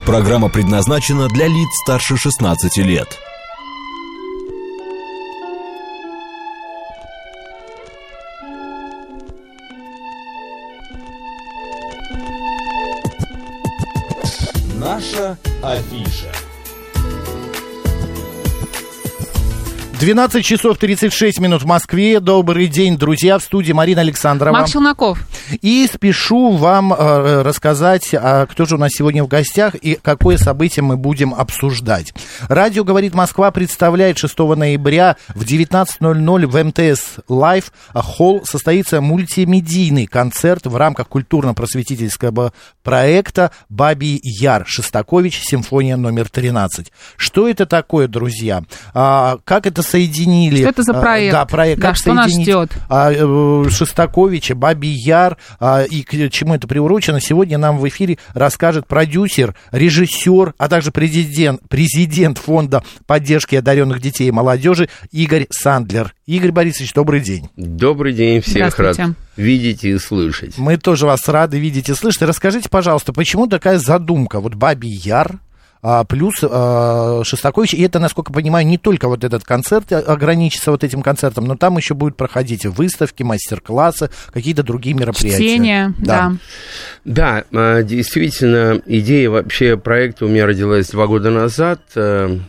Программа предназначена для лиц старше 16 лет. Наша афиша. 12 часов 36 минут в Москве. Добрый день, друзья. В студии Марина Александрова. Макс Челноков. И спешу вам рассказать, кто же у нас сегодня в гостях и какое событие мы будем обсуждать. Радио «Говорит Москва» представляет 6 ноября в 19:00 в МТС Лайв Холл состоится мультимедийный концерт в рамках культурно-просветительского проекта «Бабий Яр. Шостакович. Симфония номер 13». Что это такое, друзья? Как это соединили? Что это за проект? Да, проект. Да, как что нас ждет? Шостаковича, Бабий Яр, и к чему это приурочено, сегодня нам в эфире расскажет продюсер, режиссер, а также президент фонда поддержки одаренных детей и молодежи Игорь Сандлер. Игорь Борисович, добрый день. Добрый день, всех рад видеть и слышать. Мы тоже вас рады видеть и слышать. Расскажите, пожалуйста, почему такая задумка? Вот Бабий Яр плюс Шостакович, и это, насколько понимаю, не только вот этот концерт ограничится вот этим концертом, но там еще будут проходить выставки, мастер-классы, какие-то другие мероприятия. Чтение, да. Да, действительно, идея вообще проекта у меня родилась 2 года назад. Это,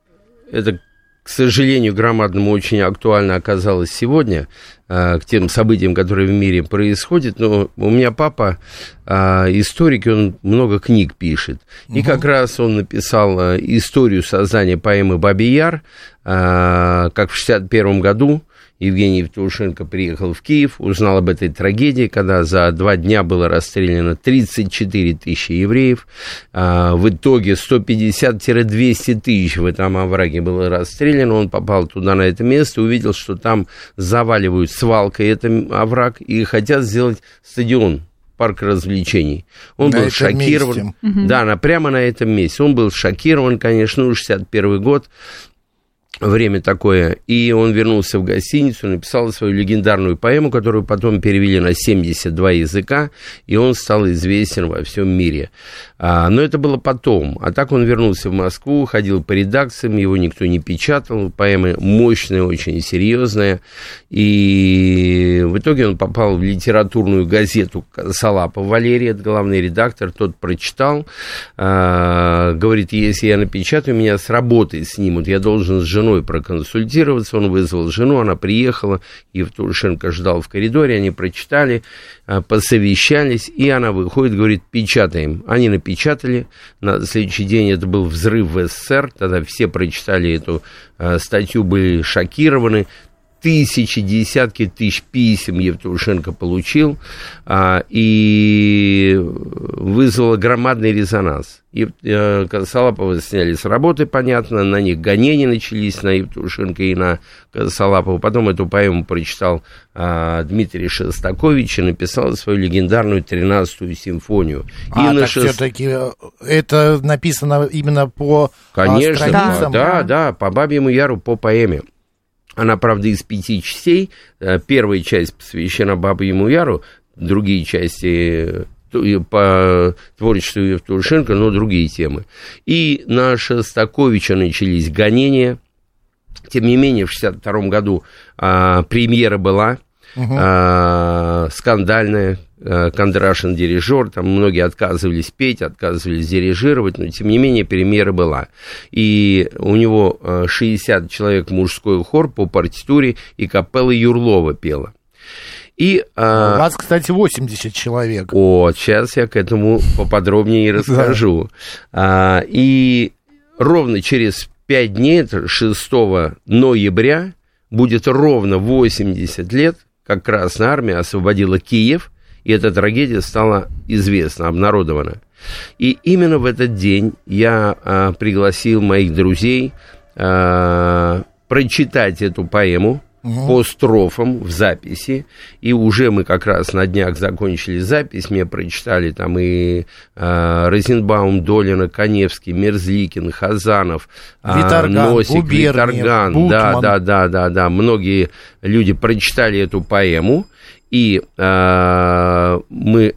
к сожалению, громадному очень актуально оказалось сегодня, к тем событиям, которые в мире происходят. Но у меня папа историк, и он много книг пишет. И как раз он написал историю создания поэмы «Бабий Яр», как в 1961 году Евгений Евтушенко приехал в Киев, узнал об этой трагедии, когда за 2 дня было расстреляно 34 тысячи евреев. В итоге 150-200 тысяч в этом овраге было расстреляно. Он попал туда, на это место, увидел, что там заваливают свалкой этот овраг и хотят сделать стадион, парк развлечений. Он был шокирован. Да, прямо на этом месте. Он был шокирован, конечно, 61 год. Время такое, и он вернулся в гостиницу, написал свою легендарную поэму, которую потом перевели на 72 языка, и он стал известен во всем мире. Но это было потом. А так он вернулся в Москву, ходил по редакциям, его никто не печатал, поэма мощная, очень серьезная, и в итоге он попал в литературную газету «Салапов» Валерий, это главный редактор, тот прочитал, говорит, если я напечатаю, меня с работы снимут, я должен с женой проконсультироваться. Он вызвал жену, она приехала, Евтушенко ждал в коридоре, они прочитали, посовещались, и она выходит, говорит, печатаем. Они напечатали, на следующий день это был взрыв в СССР, тогда все прочитали эту статью, были шокированы. Тысячи, десятки тысяч писем Евтушенко получил, и вызвало громадный резонанс. Косолапова сняли с работы, понятно, на них гонения начались, на Евтушенко и на Косолапова. Потом эту поэму прочитал Дмитрий Шостакович и написал свою легендарную 13-ю симфонию. Все-таки это написано именно по страницам? Да, по Бабьему Яру, по поэме. Она, правда, из 5 частей. Первая часть посвящена Бабьему Яру, другие части по творчеству Евтушенко, но другие темы. И на Шостаковича начались гонения. Тем не менее, в 1962 году премьера была скандальная. Кондрашин дирижер, там многие отказывались петь, отказывались дирижировать, но тем не менее премьера была. И у него 60 человек мужской хор по партитуре, и капелла Юрлова пела. И, у вас, кстати, 80 человек. Сейчас я к этому поподробнее и расскажу. И ровно через 5 дней, 6 ноября, будет ровно 80 лет, как Красная Армия освободила Киев, и эта трагедия стала известна, обнародована. И именно в этот день я пригласил моих друзей прочитать эту поэму по строфам в записи, и уже мы как раз на днях закончили запись, мне прочитали там и Розенбаум, Долина, Каневский, Мерзликин, Хазанов, Виторган, Носик, Губерниев, Виторган, Бутман. да, многие люди прочитали эту поэму, и мы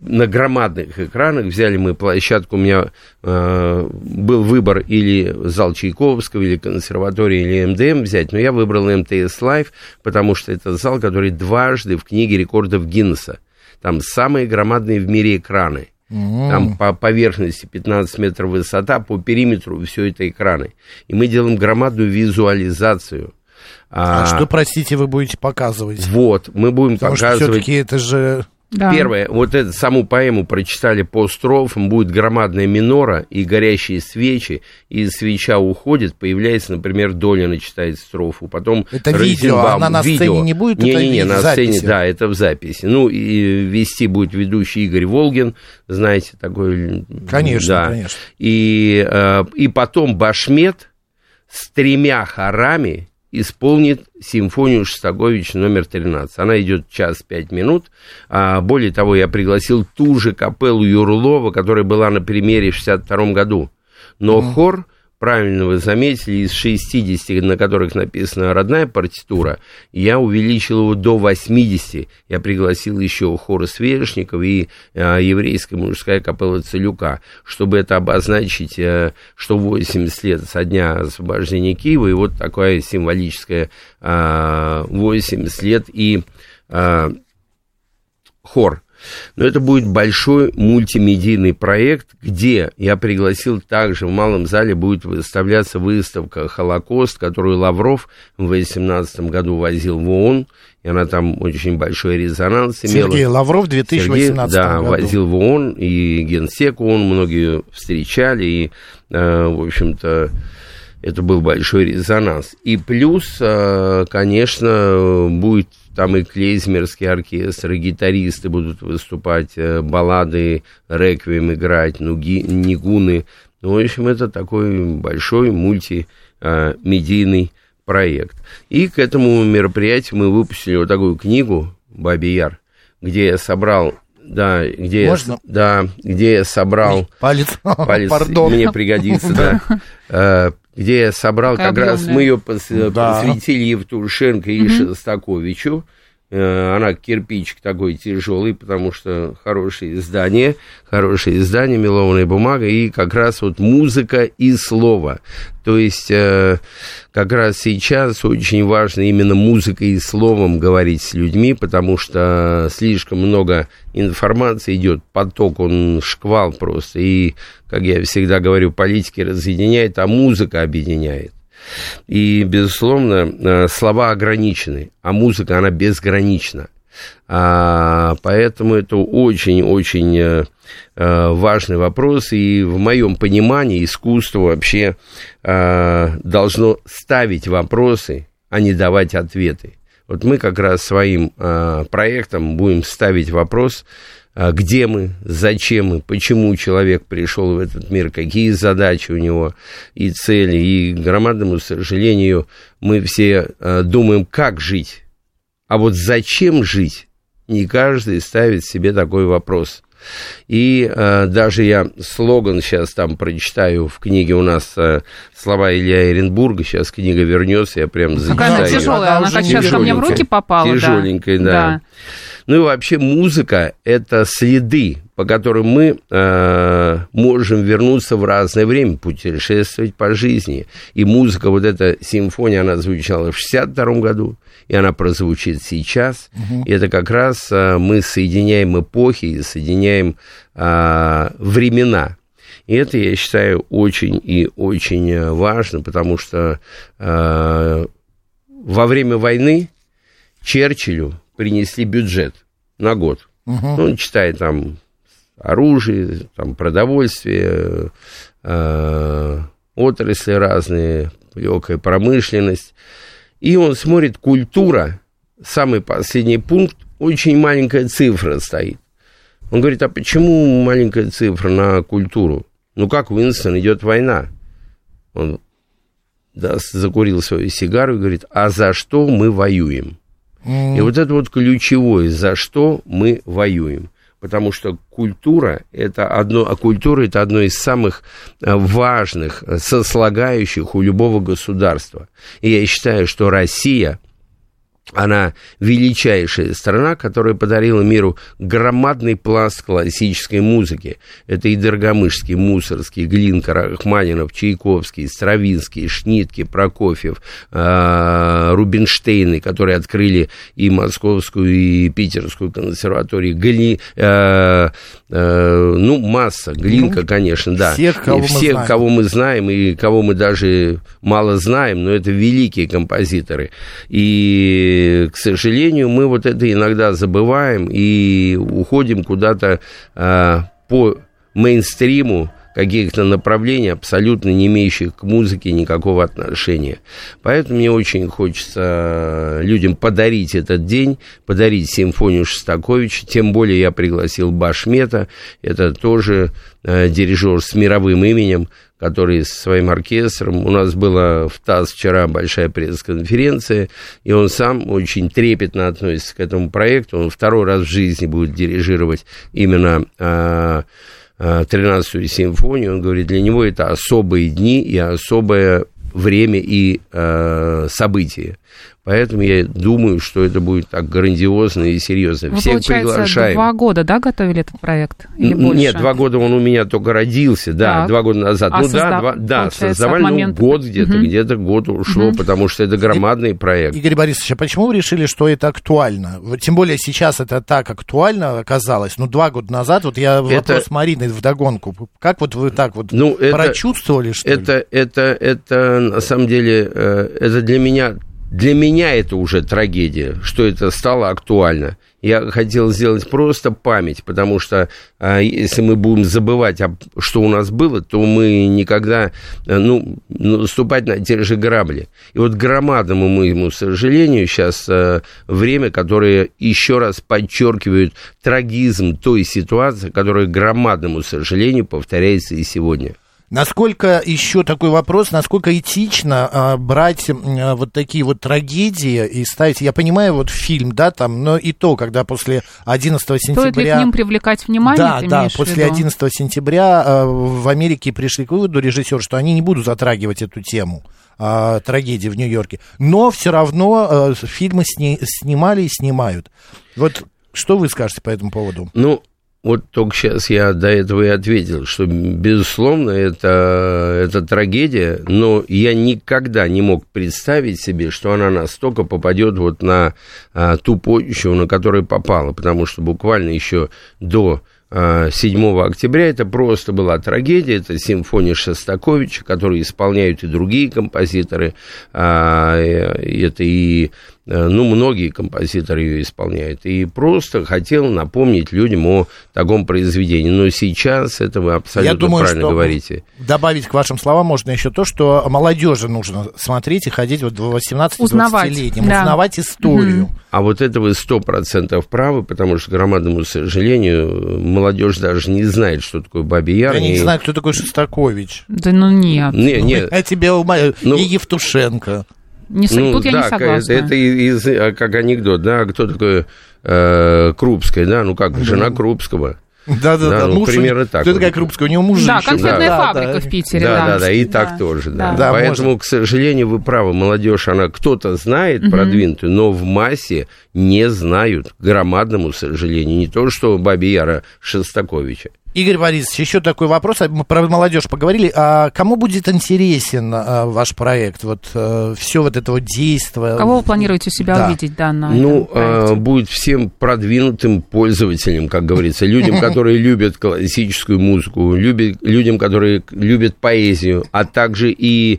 на громадных экранах. Взяли мы площадку, у меня был выбор или зал Чайковского, или консерватория, или МДМ взять, но я выбрал МТС Лайв, потому что это зал, который дважды в книге рекордов Гиннесса. Там самые громадные в мире экраны. Там по поверхности 15 метров высота, по периметру все это экраны. И мы делаем громадную визуализацию. А что, простите, вы будете показывать? Вот, мы будем показывать... Потому что все-таки это же... Да. Первое, вот эту саму поэму прочитали по строфам, будет громадная минора и горящие свечи, и свеча уходит, появляется, например, Долина читает строфу, потом это видео, она на сцене не будет? Не, на сцене, да, это в записи. Ну, и вести будет ведущий Игорь Волгин, знаете, такой... Конечно, да. Конечно. И потом Башмет с 3 хорами исполнит симфонию Шостаковича номер 13. Она идет 1 час 5 минут. Более того, я пригласил ту же капеллу Юрлова, которая была на премьере в 1962 году. Но хор, правильно вы заметили, из 60, на которых написана родная партитура, я увеличил его до 80. Я пригласил еще хор Свешников и еврейская мужская капелла Целюка, чтобы это обозначить, что 80 лет со дня освобождения Киева, и вот такая символическая 80 лет и хор. Но это будет большой мультимедийный проект, где я пригласил также, в малом зале будет выставляться выставка «Холокост», которую Лавров в 2018 году возил в ООН, и она там очень большой резонанс имела. Сергей Лавров в 2018 году. Возил в ООН, и Генсек ООН многие встречали, и, в общем-то, это был большой резонанс. И плюс, конечно, будет там и клейзмерский оркестр, и гитаристы будут выступать, баллады, реквием играть, нигуны. Ну, в общем, это такой большой мультимедийный проект. И к этому мероприятию мы выпустили вот такую книгу «Бабий Яр», где я собрал... Да, где я собрал... Палец, пардон. Мне пригодится, да. Где я собрал, как раз мы ее посвятили Евтушенко и Шостаковичу. Она кирпичик такой тяжелый, потому что хорошее издание, мелованная бумага, и как раз вот музыка и слово. То есть как раз сейчас очень важно именно музыкой и словом говорить с людьми, потому что слишком много информации идет, поток, он шквал просто. И, как я всегда говорю, политики разъединяет, а музыка объединяет. И, безусловно, слова ограничены, а музыка, она безгранична. Поэтому это очень-очень важный вопрос. И в моем понимании искусство вообще должно ставить вопросы, а не давать ответы. Вот мы как раз своим проектом будем ставить вопрос, где мы, зачем мы, почему человек пришел в этот мир, какие задачи у него и цели. И, к громадному сожалению, мы все думаем, как жить. А вот зачем жить, не каждый ставит себе такой вопрос. И даже я слоган сейчас там прочитаю, в книге у нас слова Илья Эренбурга, сейчас книга вернется, я прям зачитаю. Какая она тяжелая, она как сейчас ко мне в руки попала. Тяжеленькая, да. Ну и вообще музыка – это следы, по которым мы можем вернуться в разное время, путешествовать по жизни. И музыка, вот эта симфония, она звучала в 1962 году, и она прозвучит сейчас. И это как раз мы соединяем эпохи и соединяем времена. И это, я считаю, очень и очень важно, потому что во время войны Черчиллю принесли бюджет на год. Он читает там оружие, там продовольствие, отрасли разные, легкая промышленность. И он смотрит, культура, самый последний пункт, очень маленькая цифра стоит. Он говорит, а почему маленькая цифра на культуру? Ну как, Уинстон, идет война. Он закурил свою сигару и говорит, а за что мы воюем? И вот это вот ключевое, за что мы воюем. Потому что культура это одно из самых важных сослагающих у любого государства. И я считаю, что Россия Она величайшая страна, которая подарила миру громадный пласт классической музыки. Это и Доргомышский, Мусоргский, Глинка, Рахманинов, Чайковский, Стравинский, Шнитке, Прокофьев, Рубинштейны, которые открыли и Московскую, и Питерскую консерватории. Масса. Глинка, конечно, да. Всех, кого мы знаем, и кого мы даже мало знаем, но это великие композиторы. И, к сожалению, мы вот это иногда забываем и уходим куда-то по мейнстриму каких-то направлений, абсолютно не имеющих к музыке никакого отношения. Поэтому мне очень хочется людям подарить этот день, подарить симфонию Шостаковича, тем более я пригласил Башмета, это тоже дирижер с мировым именем, который со своим оркестром. У нас была в ТАСС вчера большая пресс-конференция, и он сам очень трепетно относится к этому проекту. Он второй раз в жизни будет дирижировать именно 13-ю симфонию. Он говорит, для него это особые дни и особое время и событие. Поэтому я думаю, что это будет так грандиозно и серьезно. Вы, всех получается, приглашаем. 2 года, да, готовили этот проект? Или больше? Нет, 2 года он у меня только родился, да, 2 года назад. Создавали, год где-то год ушло, потому что это громадный проект. Игорь Борисович, а почему вы решили, что это актуально? Тем более сейчас это так актуально оказалось. 2 года назад, вот я вопрос Марины вдогонку. Как вот вы так вот прочувствовали, что ли? Это на самом деле, это для меня это уже трагедия, что это стало актуально. Я хотел сделать просто память, потому что если мы будем забывать, что у нас было, то мы никогда наступать на те же грабли. И вот громадному моему сожалению сейчас время, которое еще раз подчеркивает трагизм той ситуации, которая громадному сожалению повторяется и сегодня. Насколько, еще такой вопрос, насколько этично брать вот такие вот трагедии и ставить, я понимаю, вот фильм, да, там, но и то, когда после 11 сентября... Стоит ли к ним привлекать внимание, Да, после 11 сентября в Америке пришли к выводу режиссеры, что они не будут затрагивать эту тему трагедии в Нью-Йорке, но все равно фильмы снимали и снимают. Вот что вы скажете по этому поводу? Вот только сейчас я до этого и ответил, что, безусловно, это трагедия, но я никогда не мог представить себе, что она настолько попадет вот на ту почву, на которую попала, потому что буквально еще до 7 октября это просто была трагедия, это симфония Шостаковича, которую исполняют и другие композиторы, это и... многие композиторы ее исполняют. И просто хотел напомнить людям о таком произведении. Но сейчас это вы абсолютно правильно говорите. Добавить к вашим словам можно еще то, что молодежи нужно смотреть и ходить вот 18-20-летним, узнавать историю. А вот это вы 100% правы, потому что, к громадному сожалению, молодежь даже не знает, что такое Бабий Яр. Я не знаю, кто такой Шостакович. Да нет. Нет. Я тебе умоляю. И Евтушенко. Тут я не согласна. Это как анекдот, да, кто такой Крупская, да, жена Крупского. Да, муж, примерно так. Кто такая Крупская? У него муж. Да, конфетная фабрика в Питере. Да, и так тоже, да. Поэтому, к сожалению, вы правы, молодежь, она кто-то знает продвинутую, но в массе не знают, к громадному сожалению, не то, что Бабий Яра Шостаковича. Игорь Борисович, еще такой вопрос. Мы про молодежь поговорили. А кому будет интересен ваш проект? Вот все вот это вот действие. Кого вы планируете себя увидеть, да, на этом проекте? Будет всем продвинутым пользователям, как говорится, людям, которые любят классическую музыку, людям, которые любят поэзию, а также и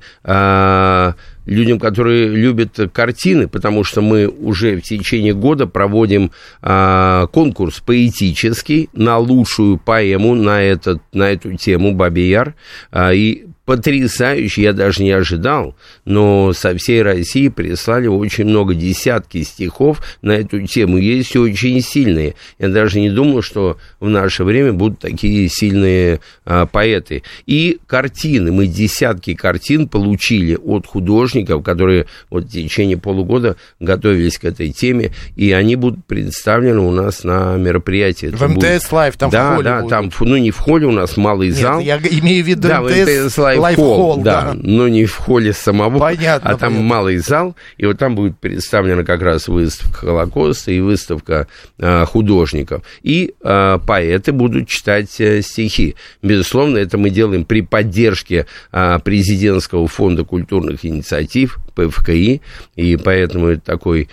людям, которые любят картины, потому что мы уже в течение года проводим конкурс поэтический на лучшую поэму на эту тему «Бабий Яр». И потрясающе, я даже не ожидал, но со всей России прислали очень много, десятки стихов на эту тему. Есть очень сильные. Я даже не думал, что в наше время будут такие сильные поэты. И картины. Мы десятки картин получили от художников, художников, которые вот в течение полугода готовились к этой теме, и они будут представлены у нас на мероприятии. В МТС Лайв, там в холле Да, будут. Там, ну, не в холле, у нас малый зал. Я имею в виду да, МТС Лайв холл, да. Но не в холле самого, понятно, а там малый зал, и вот там будет представлена как раз выставка Холокоста и выставка художников. И поэты будут читать стихи. Безусловно, это мы делаем при поддержке президентского фонда культурных инициатив, ПФКИ, и поэтому это такой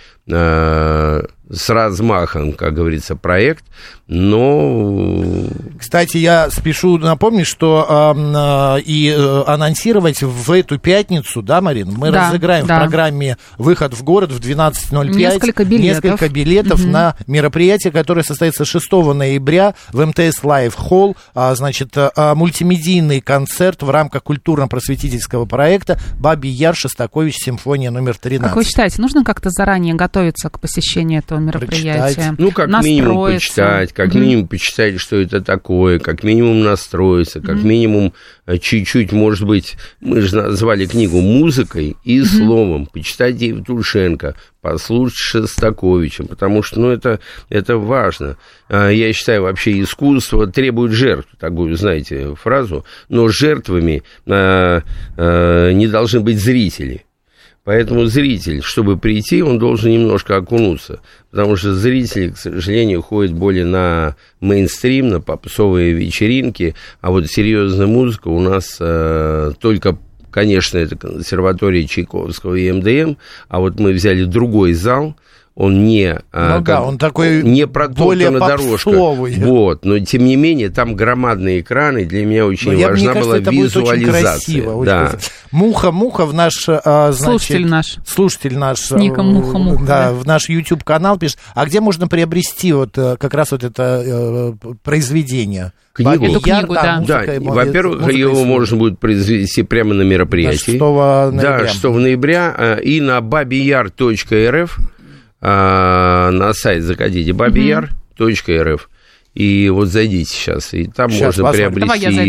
с размахом, как говорится, проект, но... Кстати, я спешу напомнить, что анонсировать в эту пятницу, да, Марин, мы разыграем в программе «Выход в город» в 12:05 несколько билетов на мероприятие, которое состоится 6 ноября в МТС Лайв Холл, значит, мультимедийный концерт в рамках культурно-просветительского проекта «Бабий Яр, Шостакович, симфония номер 13». Как вы считаете, нужно как-то заранее готовиться к посещению этого мероприятия? Ну, как минимум почитать, как минимум почитать, что это такое, как минимум настроиться, как минимум чуть-чуть, может быть, мы же назвали книгу «Музыкой и словом», почитать Евтушенко, послушать Шостаковича, потому что, ну, это важно. Я считаю, вообще искусство требует жертв, такую, знаете, фразу, но жертвами не должны быть зрители. Поэтому зритель, чтобы прийти, он должен немножко окунуться, потому что зрители, к сожалению, ходят более на мейнстрим, на попсовые вечеринки, а вот серьезная музыка у нас только, конечно, это консерватория Чайковского и МДМ, а вот мы взяли другой зал, он не, он такой не протоптана дорожка. Вот, но тем не менее, там громадные экраны, для меня очень важна была визуализация. Да. Муха в наш, слушатель наш. С ником Муха. Да, в наш YouTube-канал пишет. А где можно приобрести вот как раз вот это произведение? Книгу? Эту книгу, да. Во-первых, его можно будет произвести прямо на мероприятии. 6 ноября. Да, 6 ноября. И на babiyar.rf на сайт заходите babiyar.rf. И вот зайдите сейчас, и там можно приобрести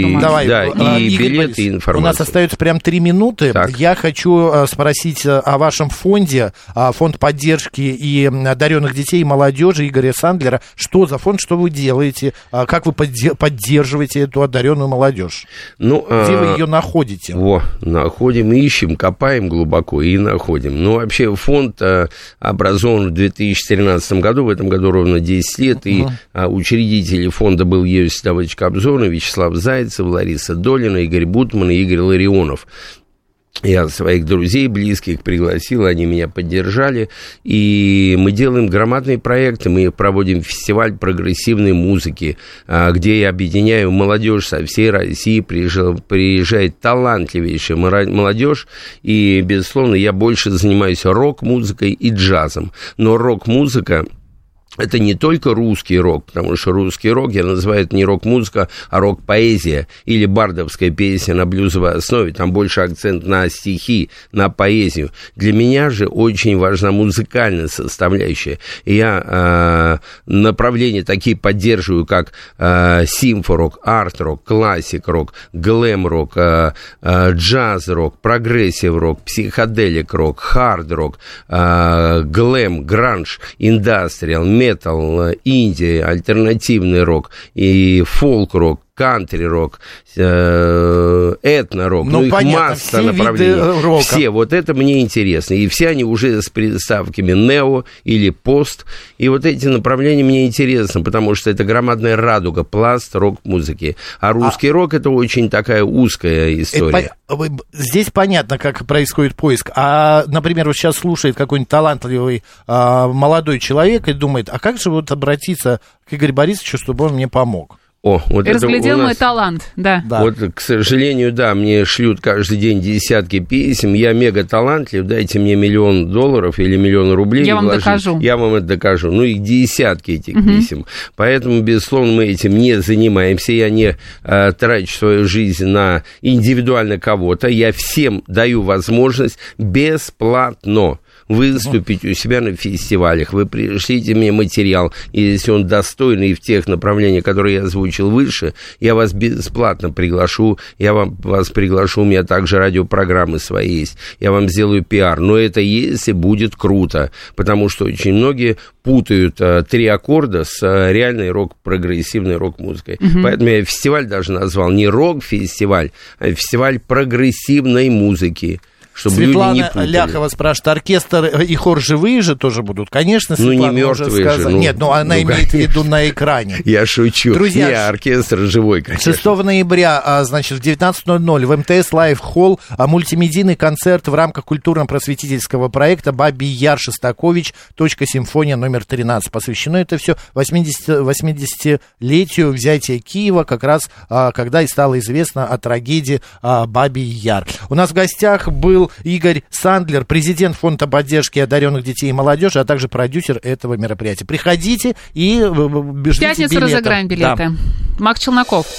и билеты, и информацию. У нас остается прям 3 минуты. Так. Я хочу спросить о вашем фонде, фонд поддержки и одаренных детей и молодежи Игоря Сандлера. Что за фонд, что вы делаете, как вы поддерживаете эту одаренную молодежь? Ну, где вы ее находите? Находим, ищем, копаем глубоко и находим. Ну, вообще, фонд образован в 2013 году, в этом году ровно 10 лет, и учредитель фонда был Иосиф Давыдович Кобзон, Вячеслав Зайцев, Лариса Долина, Игорь Бутман и Игорь Ларионов. Я своих друзей, близких пригласил, они меня поддержали, и мы делаем громадные проекты, мы проводим фестиваль прогрессивной музыки, где я объединяю молодежь со всей России, приезжает талантливейшая молодежь, и, безусловно, я больше занимаюсь рок-музыкой и джазом, но рок-музыка... Это не только русский рок, потому что русский рок, я называю это не рок-музыка, а рок-поэзия или бардовская песня на блюзовой основе. Там больше акцент на стихи, на поэзию. Для меня же очень важна музыкальная составляющая. И я направления такие поддерживаю, как симфорок, арт-рок, классик-рок, глэм-рок, джаз-рок, прогрессив-рок, психоделик-рок, хард-рок, глэм, гранж, индастриал, метал, инди, альтернативный рок и фолк-рок, кантри-рок, этно-рок, их понятно, масса направлений. Все, вот это мне интересно. И все они уже с приставками нео или пост. И вот эти направления мне интересны, потому что это громадная радуга, пласт рок-музыки. А русский рок — это очень такая узкая история. Здесь понятно, как происходит поиск. А, например, вот сейчас слушает какой-нибудь талантливый молодой человек и думает, а как же вот обратиться к Игорю Борисовичу, чтобы он мне помог? Разглядел мой талант, да. Вот, к сожалению, да, мне шлют каждый день десятки писем, я мега талантлив, дайте мне $1 миллион или $1 миллион рублей. Я вам докажу. Я вам это докажу. Ну, их десятки этих писем. Поэтому, безусловно, мы этим не занимаемся, я не трачу свою жизнь на индивидуально кого-то, я всем даю возможность бесплатно выступить у себя на фестивалях. Вы пришлите мне материал, и если он достойный в тех направлениях, которые я озвучил выше, я вас бесплатно приглашу, вас приглашу, у меня также радиопрограммы свои есть, я вам сделаю пиар, но это если будет круто, потому что очень многие путают 3 аккорда с реальной прогрессивной рок-музыкой. Поэтому я фестиваль даже назвал не рок-фестиваль, а фестиваль прогрессивной музыки. Чтобы Светлана люди не путали. Ляхова спрашивает, оркестр и хор живые же тоже будут? Конечно, Светлана не мертвые уже сказала. же. Нет, она имеет в виду на экране. Я шучу. Друзья, не, оркестр живой, конечно. 6 ноября, значит, в 19:00 в МТС Лайв Холл мультимедийный концерт в рамках культурно-просветительского проекта «Бабий Яр Шостакович. Симфония номер 13». Посвящено это все 80-летию взятия Киева, как раз когда и стало известно о трагедии Бабий Яр. У нас в гостях был Игорь Сандлер, президент Фонда поддержки одаренных детей и молодежи, а также продюсер этого мероприятия. Приходите и бежите. В пятницу разыграем билеты. Да. Марк Челноков.